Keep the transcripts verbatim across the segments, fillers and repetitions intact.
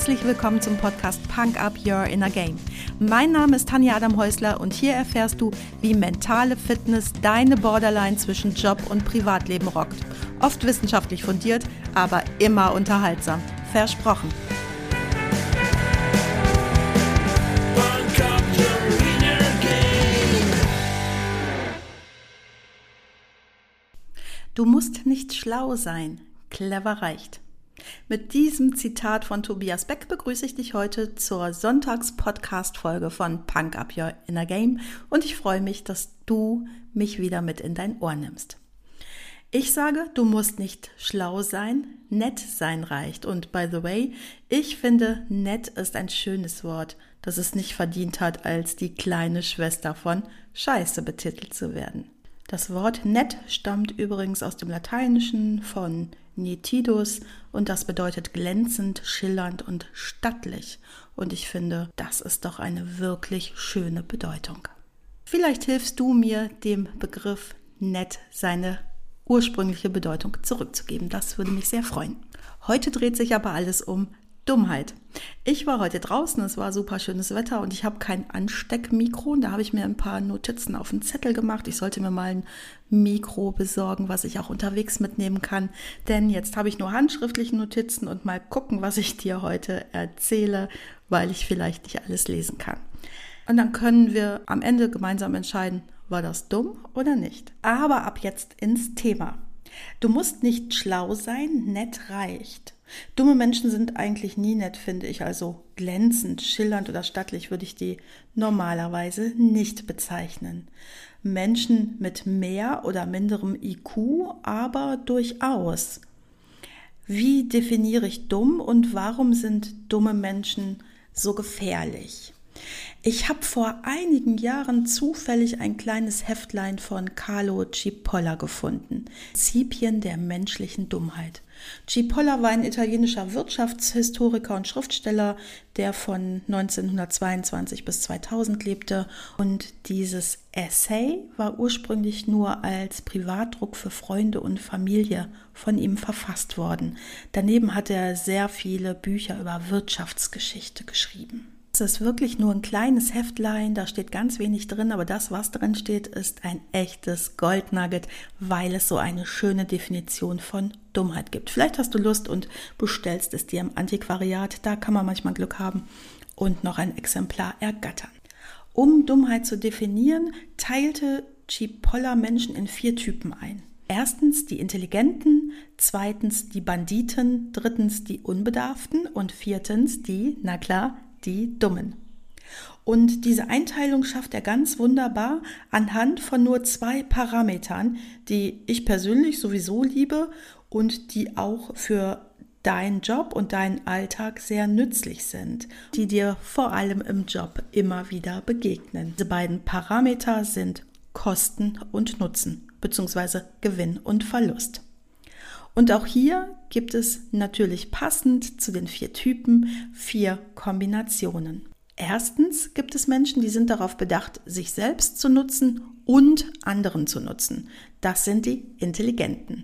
Herzlich willkommen zum Podcast Punk Up Your Inner Game. Mein Name ist Tanja Adam-Häusler und hier erfährst du, wie mentale Fitness deine Borderline zwischen Job und Privatleben rockt. Oft wissenschaftlich fundiert, aber immer unterhaltsam. Versprochen. Du musst nicht schlau sein, clever reicht. Mit diesem Zitat von Tobias Beck begrüße ich dich heute zur Sonntags-Podcast-Folge von Punk Up Your Inner Game und ich freue mich, dass du mich wieder mit in dein Ohr nimmst. Ich sage, du musst nicht schlau sein, nett sein reicht. Und by the way, ich finde, nett ist ein schönes Wort, das es nicht verdient hat, als die kleine Schwester von Scheiße betitelt zu werden. Das Wort nett stammt übrigens aus dem Lateinischen von nitidus und das bedeutet glänzend, schillernd und stattlich. Und ich finde, das ist doch eine wirklich schöne Bedeutung. Vielleicht hilfst du mir, dem Begriff nett seine ursprüngliche Bedeutung zurückzugeben. Das würde mich sehr freuen. Heute dreht sich aber alles um Dummheit. Ich war heute draußen, es war super schönes Wetter und ich habe kein Ansteckmikro. Da habe ich mir ein paar Notizen auf einen Zettel gemacht. Ich sollte mir mal ein Mikro besorgen, was ich auch unterwegs mitnehmen kann. Denn jetzt habe ich nur handschriftliche Notizen und mal gucken, was ich dir heute erzähle, weil ich vielleicht nicht alles lesen kann. Und dann können wir am Ende gemeinsam entscheiden, war das dumm oder nicht. Aber ab jetzt ins Thema. Du musst nicht schlau sein, nett reicht. Dumme Menschen sind eigentlich nie nett, finde ich. Also glänzend, schillernd oder stattlich würde ich die normalerweise nicht bezeichnen. Menschen mit mehr oder minderem I Q aber durchaus. Wie definiere ich dumm und warum sind dumme Menschen so gefährlich? Ich habe vor einigen Jahren zufällig ein kleines Heftlein von Carlo Cipolla gefunden. Prinzipien der menschlichen Dummheit. Cipolla war ein italienischer Wirtschaftshistoriker und Schriftsteller, der von neunzehnhundertzweiundzwanzig bis zweitausend lebte. Und dieses Essay war ursprünglich nur als Privatdruck für Freunde und Familie von ihm verfasst worden. Daneben hat er sehr viele Bücher über Wirtschaftsgeschichte geschrieben. Es ist wirklich nur ein kleines Heftlein, da steht ganz wenig drin, aber das, was drin steht, ist ein echtes Goldnugget, weil es so eine schöne Definition von Dummheit gibt. Vielleicht hast du Lust und bestellst es dir im Antiquariat, da kann man manchmal Glück haben und noch ein Exemplar ergattern. Um Dummheit zu definieren, teilte Cipolla Menschen in vier Typen ein. Erstens die Intelligenten, zweitens die Banditen, drittens die Unbedarften und viertens die, na klar, die Dummen. Und diese Einteilung schafft er ganz wunderbar anhand von nur zwei Parametern, die ich persönlich sowieso liebe und die auch für deinen Job und deinen Alltag sehr nützlich sind, die dir vor allem im Job immer wieder begegnen. Diese beiden Parameter sind Kosten und Nutzen, beziehungsweise Gewinn und Verlust. Und auch hier gibt es natürlich passend zu den vier Typen vier Kombinationen. Erstens gibt es Menschen, die sind darauf bedacht, sich selbst zu nutzen und anderen zu nutzen. Das sind die Intelligenten.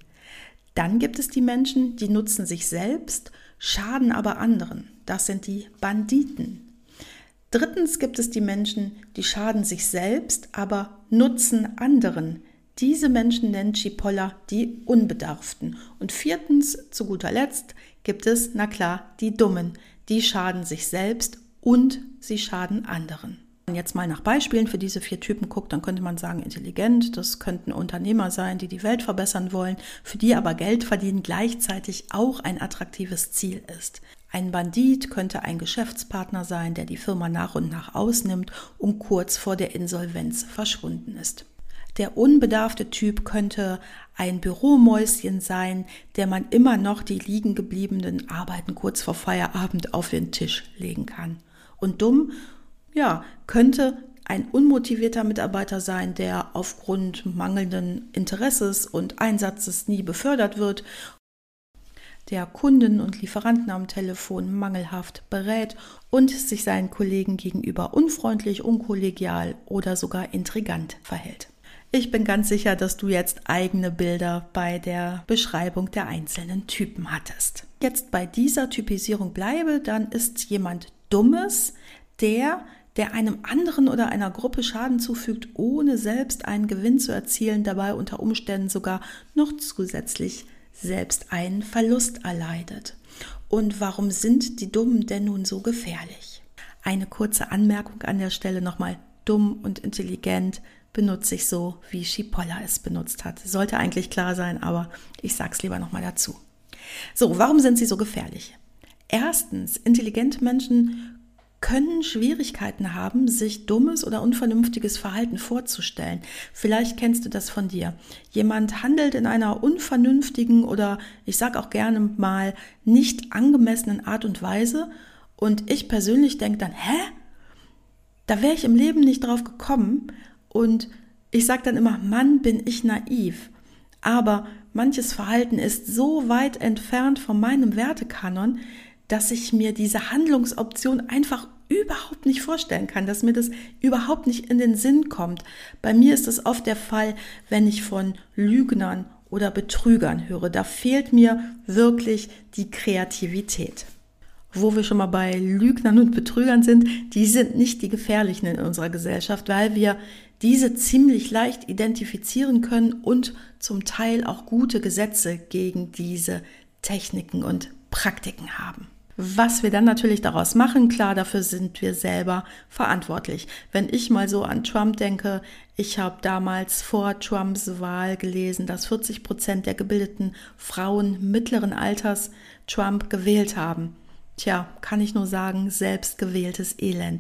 Dann gibt es die Menschen, die nutzen sich selbst, schaden aber anderen. Das sind die Banditen. Drittens gibt es die Menschen, die schaden sich selbst, aber nutzen anderen. Diese Menschen nennt Cipolla die Unbedarften. Und viertens, zu guter Letzt, gibt es, na klar, die Dummen. Die schaden sich selbst und sie schaden anderen. Wenn man jetzt mal nach Beispielen für diese vier Typen guckt, dann könnte man sagen, intelligent, das könnten Unternehmer sein, die die Welt verbessern wollen, für die aber Geld verdienen gleichzeitig auch ein attraktives Ziel ist. Ein Bandit könnte ein Geschäftspartner sein, der die Firma nach und nach ausnimmt und kurz vor der Insolvenz verschwunden ist. Der unbedarfte Typ könnte ein Büromäuschen sein, der man immer noch die liegen gebliebenen Arbeiten kurz vor Feierabend auf den Tisch legen kann. Und dumm, ja, könnte ein unmotivierter Mitarbeiter sein, der aufgrund mangelnden Interesses und Einsatzes nie befördert wird, der Kunden und Lieferanten am Telefon mangelhaft berät und sich seinen Kollegen gegenüber unfreundlich, unkollegial oder sogar intrigant verhält. Ich bin ganz sicher, dass du jetzt eigene Bilder bei der Beschreibung der einzelnen Typen hattest. Jetzt bei dieser Typisierung bleibe, dann ist jemand Dummes, der, der einem anderen oder einer Gruppe Schaden zufügt, ohne selbst einen Gewinn zu erzielen, dabei unter Umständen sogar noch zusätzlich selbst einen Verlust erleidet. Und warum sind die Dummen denn nun so gefährlich? Eine kurze Anmerkung an der Stelle nochmal: Dumm und intelligent benutze ich so, wie Schipolla es benutzt hat. Sollte eigentlich klar sein, aber ich sag's lieber nochmal dazu. So, warum sind sie so gefährlich? Erstens, intelligente Menschen können Schwierigkeiten haben, sich dummes oder unvernünftiges Verhalten vorzustellen. Vielleicht kennst du das von dir. Jemand handelt in einer unvernünftigen oder, ich sage auch gerne mal, nicht angemessenen Art und Weise und ich persönlich denke dann, hä? Da wäre ich im Leben nicht drauf gekommen und ich sage dann immer, Mann, bin ich naiv. Aber manches Verhalten ist so weit entfernt von meinem Wertekanon, dass ich mir diese Handlungsoption einfach überhaupt nicht vorstellen kann, dass mir das überhaupt nicht in den Sinn kommt. Bei mir ist es oft der Fall, wenn ich von Lügnern oder Betrügern höre. Da fehlt mir wirklich die Kreativität. Wo wir schon mal bei Lügnern und Betrügern sind, die sind nicht die gefährlichen in unserer Gesellschaft, weil wir diese ziemlich leicht identifizieren können und zum Teil auch gute Gesetze gegen diese Techniken und Praktiken haben. Was wir dann natürlich daraus machen, klar, dafür sind wir selber verantwortlich. Wenn ich mal so an Trump denke, ich habe damals vor Trumps Wahl gelesen, dass vierzig Prozent der gebildeten Frauen mittleren Alters Trump gewählt haben. Tja, kann ich nur sagen, selbstgewähltes Elend.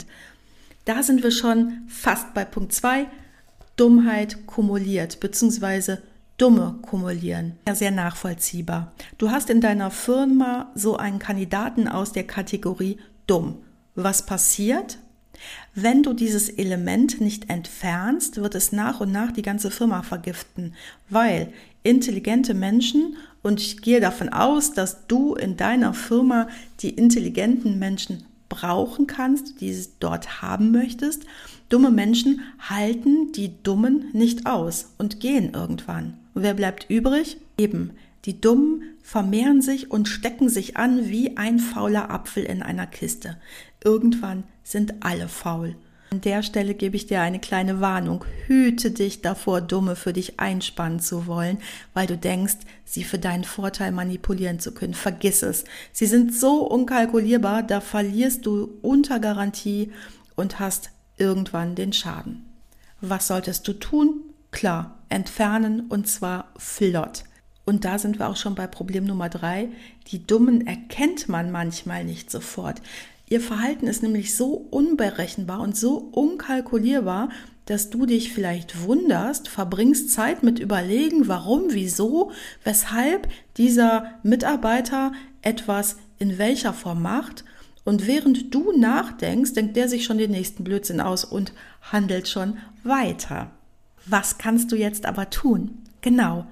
Da sind wir schon fast bei Punkt zwei, Dummheit kumuliert, beziehungsweise Dumme kumulieren. Ja, sehr nachvollziehbar. Du hast in deiner Firma so einen Kandidaten aus der Kategorie dumm. Was passiert? Wenn du dieses Element nicht entfernst, wird es nach und nach die ganze Firma vergiften, weil intelligente Menschen, und ich gehe davon aus, dass du in deiner Firma die intelligenten Menschen brauchen kannst, die du dort haben möchtest, dumme Menschen halten die Dummen nicht aus und gehen irgendwann. Und wer bleibt übrig? Eben, die Dummen vermehren sich und stecken sich an wie ein fauler Apfel in einer Kiste. Irgendwann sind alle faul. An der Stelle gebe ich dir eine kleine Warnung. Hüte dich davor, Dumme für dich einspannen zu wollen, weil du denkst, sie für deinen Vorteil manipulieren zu können. Vergiss es. Sie sind so unkalkulierbar, da verlierst du unter Garantie und hast irgendwann den Schaden. Was solltest du tun? Klar, entfernen und zwar flott. Und da sind wir auch schon bei Problem Nummer drei. Die Dummen erkennt man manchmal nicht sofort. Ihr Verhalten ist nämlich so unberechenbar und so unkalkulierbar, dass du dich vielleicht wunderst, verbringst Zeit mit Überlegen, warum, wieso, weshalb dieser Mitarbeiter etwas in welcher Form macht. Und während du nachdenkst, denkt der sich schon den nächsten Blödsinn aus und handelt schon weiter. Was kannst du jetzt aber tun? Genau.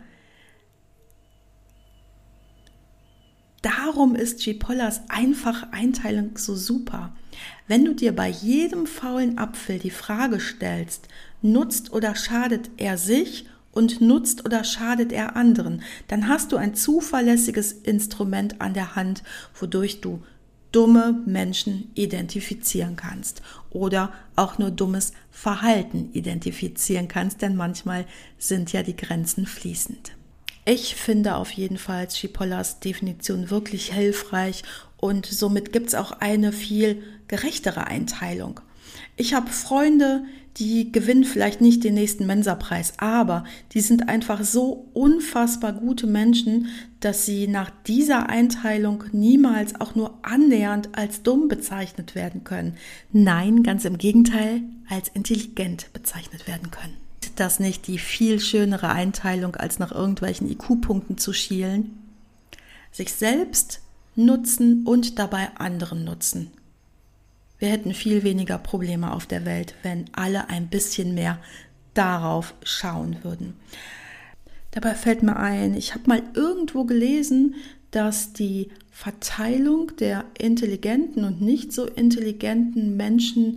Darum ist Schipollas einfache Einteilung so super. Wenn du dir bei jedem faulen Apfel die Frage stellst, nutzt oder schadet er sich und nutzt oder schadet er anderen, dann hast du ein zuverlässiges Instrument an der Hand, wodurch du dumme Menschen identifizieren kannst oder auch nur dummes Verhalten identifizieren kannst, denn manchmal sind ja die Grenzen fließend. Ich finde auf jeden Fall Schipollas Definition wirklich hilfreich und somit gibt es auch eine viel gerechtere Einteilung. Ich habe Freunde, die gewinnen vielleicht nicht den nächsten Mensa-Preis, aber die sind einfach so unfassbar gute Menschen, dass sie nach dieser Einteilung niemals auch nur annähernd als dumm bezeichnet werden können. Nein, ganz im Gegenteil, als intelligent bezeichnet werden können. Ist das nicht die viel schönere Einteilung, als nach irgendwelchen I Q-Punkten zu schielen? Sich selbst nutzen und dabei anderen nutzen. Wir hätten viel weniger Probleme auf der Welt, wenn alle ein bisschen mehr darauf schauen würden. Dabei fällt mir ein, ich habe mal irgendwo gelesen, dass die Verteilung der intelligenten und nicht so intelligenten Menschen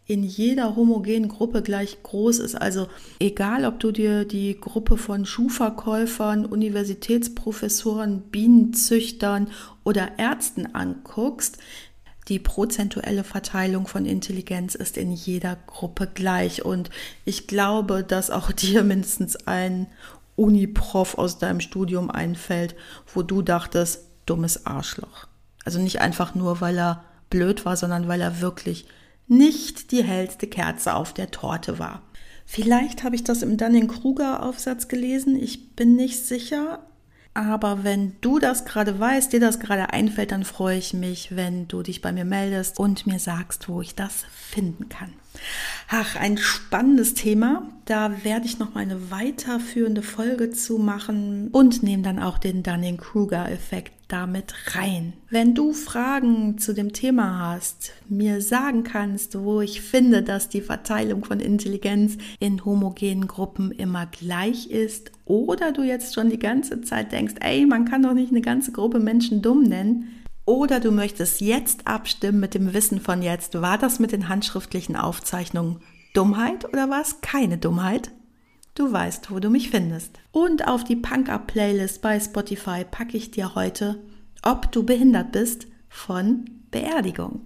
in jeder homogenen Gruppe gleich groß ist. Also egal, ob du dir die Gruppe von Schuhverkäufern, Universitätsprofessoren, Bienenzüchtern oder Ärzten anguckst, die prozentuelle Verteilung von Intelligenz ist in jeder Gruppe gleich. Und ich glaube, dass auch dir mindestens ein Uni-Prof aus deinem Studium einfällt, wo du dachtest, dummes Arschloch. Also nicht einfach nur, weil er blöd war, sondern weil er wirklich nicht die hellste Kerze auf der Torte war. Vielleicht habe ich das im Dunning-Kruger-Aufsatz gelesen, ich bin nicht sicher. Aber wenn du das gerade weißt, dir das gerade einfällt, dann freue ich mich, wenn du dich bei mir meldest und mir sagst, wo ich das finden kann. Ach, ein spannendes Thema. Da werde ich noch mal eine weiterführende Folge zu machen und nehme dann auch den Dunning-Kruger-Effekt damit rein. Wenn du Fragen zu dem Thema hast, mir sagen kannst, wo ich finde, dass die Verteilung von Intelligenz in homogenen Gruppen immer gleich ist, oder du jetzt schon die ganze Zeit denkst, ey, man kann doch nicht eine ganze Gruppe Menschen dumm nennen, oder du möchtest jetzt abstimmen mit dem Wissen von jetzt, war das mit den handschriftlichen Aufzeichnungen Dummheit oder war es keine Dummheit? Du weißt, wo du mich findest. Und auf die Punk-Up-Playlist bei Spotify packe ich dir heute, ob du behindert bist, von Beerdigung.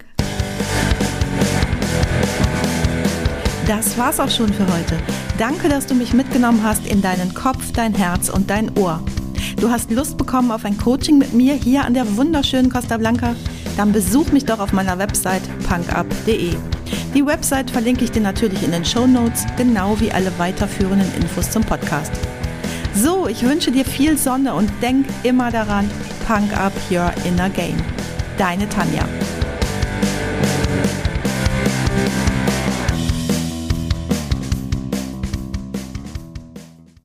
Das war's auch schon für heute. Danke, dass du mich mitgenommen hast in deinen Kopf, dein Herz und dein Ohr. Du hast Lust bekommen auf ein Coaching mit mir hier an der wunderschönen Costa Blanca? Dann besuch mich doch auf meiner Website punkup punkt de. Die Website verlinke ich dir natürlich in den Shownotes, genau wie alle weiterführenden Infos zum Podcast. So, ich wünsche dir viel Sonne und denk immer daran, Punk up your inner game. Deine Tanja.